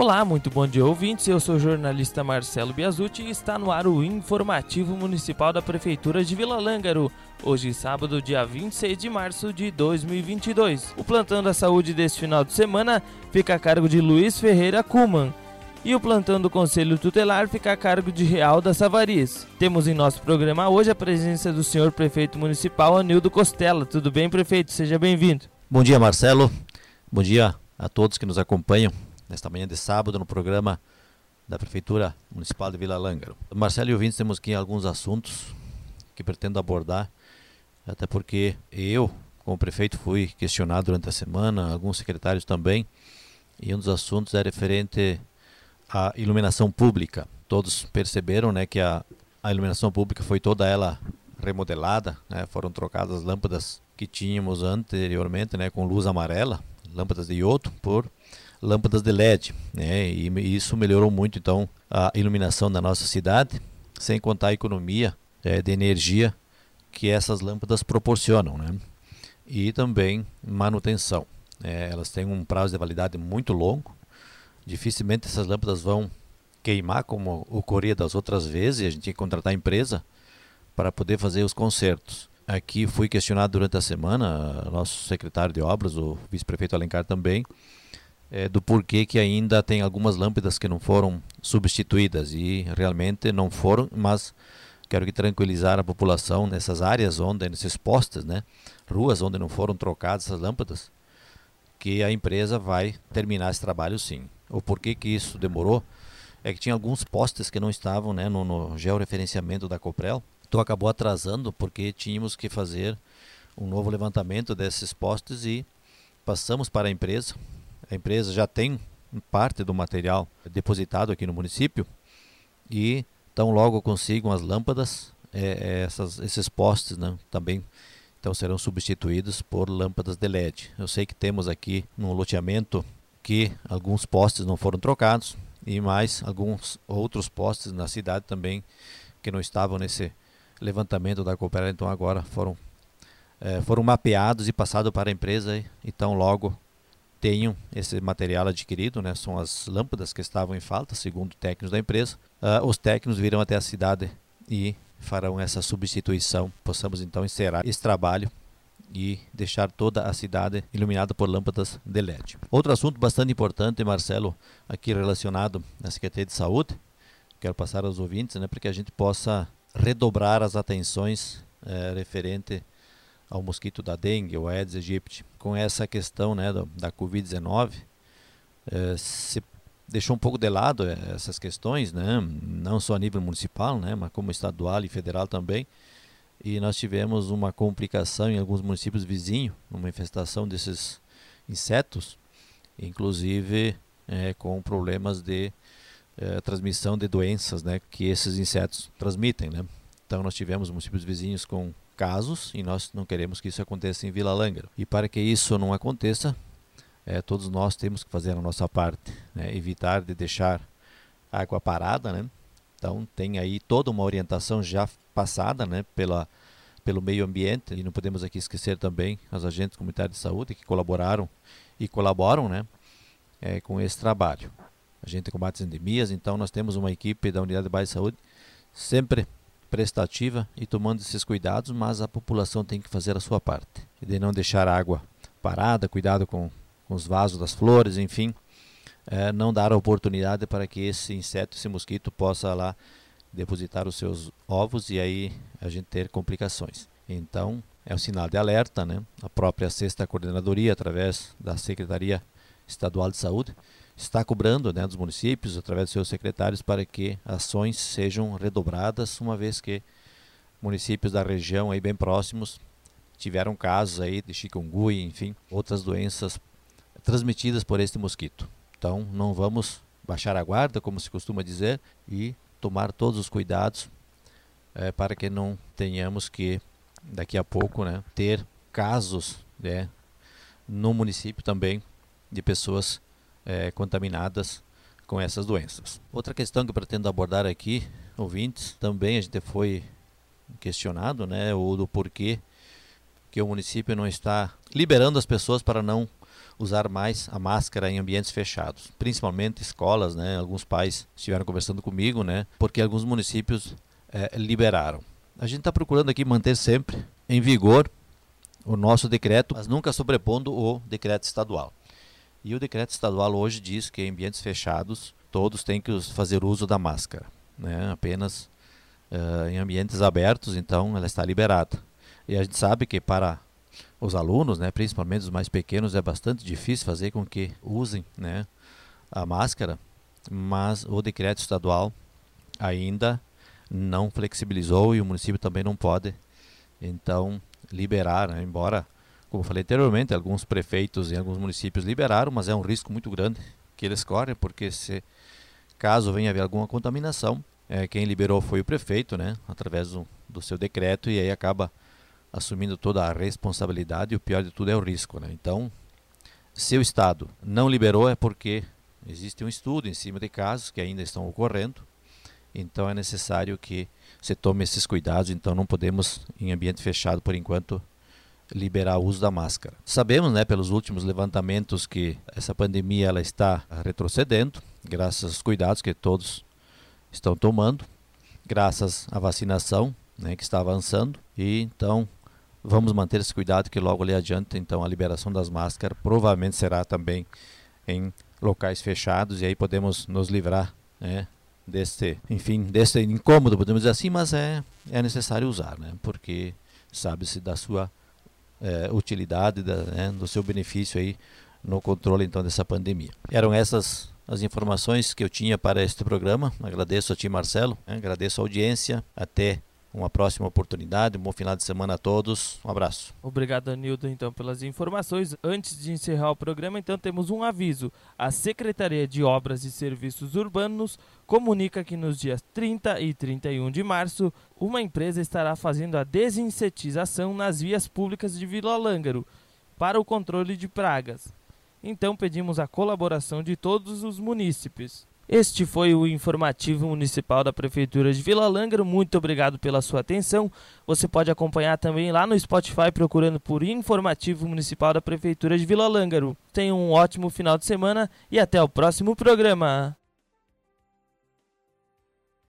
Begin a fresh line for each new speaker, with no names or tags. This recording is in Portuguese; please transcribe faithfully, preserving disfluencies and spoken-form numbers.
Olá, muito bom dia, ouvintes. Eu sou o jornalista Marcelo Biasucci e está no ar o Informativo Municipal da Prefeitura de Vila Lângaro. Hoje, sábado, dia vinte e seis de março de dois mil e vinte e dois. O plantão da saúde deste final de semana fica a cargo de Luiz Ferreira Kuman. E o plantão do Conselho Tutelar fica a cargo de Real das Savarias. Temos em nosso programa hoje a presença do senhor Prefeito Municipal, Anildo Costela. Tudo bem, prefeito? Seja bem-vindo.
Bom dia, Marcelo. Bom dia a todos que nos acompanham nesta manhã de sábado no programa da Prefeitura Municipal de Vila Lângaro. Marcelo e ouvintes, temos aqui alguns assuntos que pretendo abordar, até porque eu, como prefeito, fui questionado durante a semana, alguns secretários também, e um dos assuntos é referente à iluminação pública. Todos perceberam, né, que a, a iluminação pública foi toda ela remodelada, né, foram trocadas as lâmpadas que tínhamos anteriormente, né, com luz amarela, lâmpadas de iodo, por lâmpadas de L E D, né? E isso melhorou muito então a iluminação da nossa cidade, sem contar a economia é, de energia que essas lâmpadas proporcionam, né? E também manutenção. É, elas têm um prazo de validade muito longo, dificilmente essas lâmpadas vão queimar como ocorria das outras vezes, e a gente tinha que contratar a empresa para poder fazer os consertos. Aqui fui questionado durante a semana, nosso secretário de obras, o vice-prefeito Alencar também, É, do porquê que ainda tem algumas lâmpadas que não foram substituídas, e realmente não foram, mas quero que tranquilizar a população nessas áreas onde, nesses postes, né, ruas onde não foram trocadas essas lâmpadas, que a empresa vai terminar esse trabalho sim. O porquê que isso demorou é que tinha alguns postes que não estavam, né, no, no georreferenciamento da Coprel, então acabou atrasando porque tínhamos que fazer um novo levantamento desses postes e passamos para a empresa. A empresa já tem parte do material depositado aqui no município e tão logo consigam as lâmpadas, é, essas, esses postes, né, também então serão substituídos por lâmpadas de L E D. Eu sei que temos aqui no loteamento que alguns postes não foram trocados e mais alguns outros postes na cidade também que não estavam nesse levantamento da Coopera, então agora foram, é, foram mapeados e passados para a empresa, e tão logo tenham esse material adquirido, né? São as lâmpadas que estavam em falta, segundo técnicos da empresa. Uh, os técnicos virão até a cidade e farão essa substituição. Possamos então encerrar esse trabalho e deixar toda a cidade iluminada por lâmpadas de L E D. Outro assunto bastante importante, Marcelo, aqui relacionado à Secretaria de Saúde, quero passar aos ouvintes, né, para que a gente possa redobrar as atenções eh, referente ao mosquito da dengue, o Aedes aegypti. Com essa questão, né, da, da covid dezenove, eh, se deixou um pouco de lado eh, essas questões, né, não só a nível municipal, né, mas como estadual e federal também, e nós tivemos uma complicação em alguns municípios vizinhos, uma infestação desses insetos, inclusive eh, com problemas de eh, transmissão de doenças, né, que esses insetos transmitem, né. Então nós tivemos municípios vizinhos com casos e nós não queremos que isso aconteça em Vila Lângaro. E para que isso não aconteça, é, todos nós temos que fazer a nossa parte, né? Evitar de deixar água parada, né? Então tem aí toda uma orientação já passada, né, pela, pelo meio ambiente, e não podemos aqui esquecer também os agentes comunitários de saúde que colaboraram e colaboram, né, é, com esse trabalho. A gente combate as endemias, então nós temos uma equipe da Unidade Básica de Saúde sempre prestativa e tomando esses cuidados, mas a população tem que fazer a sua parte, de não deixar a água parada, cuidado com, com os vasos das flores, enfim, é, não dar a oportunidade para que esse inseto, esse mosquito possa lá depositar os seus ovos e aí a gente ter complicações. Então é um sinal de alerta, né? A própria sexta coordenadoria, através da Secretaria Estadual de Saúde, está cobrando, né, dos municípios, através dos seus secretários, para que ações sejam redobradas, uma vez que municípios da região aí bem próximos tiveram casos aí de chikungunya, enfim, outras doenças transmitidas por este mosquito. Então não vamos baixar a guarda, como se costuma dizer, e tomar todos os cuidados é, para que não tenhamos que daqui a pouco, né, ter casos, né, no município também de pessoas É, contaminadas com essas doenças. Outra questão que eu pretendo abordar aqui, ouvintes, também a gente foi questionado, né, o do porquê que o município não está liberando as pessoas para não usar mais a máscara em ambientes fechados, principalmente escolas, né? Alguns pais estiveram conversando comigo, né? Porque alguns municípios é, liberaram. A gente está procurando aqui manter sempre em vigor o nosso decreto, mas nunca sobrepondo o decreto estadual. E o decreto estadual hoje diz que em ambientes fechados todos têm que fazer uso da máscara, né? Apenas uh, em ambientes abertos, então ela está liberada. E a gente sabe que para os alunos, né, principalmente os mais pequenos, é bastante difícil fazer com que usem, né, a máscara, mas o decreto estadual ainda não flexibilizou e o município também não pode, então, liberar, né, embora, como falei anteriormente, alguns prefeitos em alguns municípios liberaram, mas é um risco muito grande que eles correm, porque se caso venha haver alguma contaminação, é, quem liberou foi o prefeito, né, através do, do seu decreto, e aí acaba assumindo toda a responsabilidade, e o pior de tudo é o risco, né? Então, se o Estado não liberou é porque existe um estudo em cima de casos que ainda estão ocorrendo, então é necessário que se tome esses cuidados, então não podemos, em ambiente fechado por enquanto, liberar o uso da máscara. Sabemos, né, pelos últimos levantamentos que essa pandemia ela está retrocedendo, graças aos cuidados que todos estão tomando, graças à vacinação, né, que está avançando, e então vamos manter esse cuidado que logo ali adiante, então a liberação das máscaras provavelmente será também em locais fechados, e aí podemos nos livrar, né, desse, enfim, desse incômodo, podemos dizer assim, mas é, é necessário usar, né, porque sabe-se da sua é, utilidade, da, né, do seu benefício aí no controle então dessa pandemia. Eram essas as informações que eu tinha para este programa. Agradeço a ti, Marcelo, né, agradeço a audiência, até uma próxima oportunidade, um bom final de semana a todos, um abraço.
Obrigado, Anildo, então, pelas informações. Antes de encerrar o programa, então, temos um aviso. A Secretaria de Obras e Serviços Urbanos comunica que nos dias trinta e trinta e um de março, uma empresa estará fazendo a desinsetização nas vias públicas de Vila Lângaro para o controle de pragas. Então, pedimos a colaboração de todos os munícipes. Este foi o informativo municipal da Prefeitura de Vila Lângaro. Muito obrigado pela sua atenção. Você pode acompanhar também lá no Spotify procurando por Informativo Municipal da Prefeitura de Vila Lângaro. Tenha um ótimo final de semana e até o próximo programa.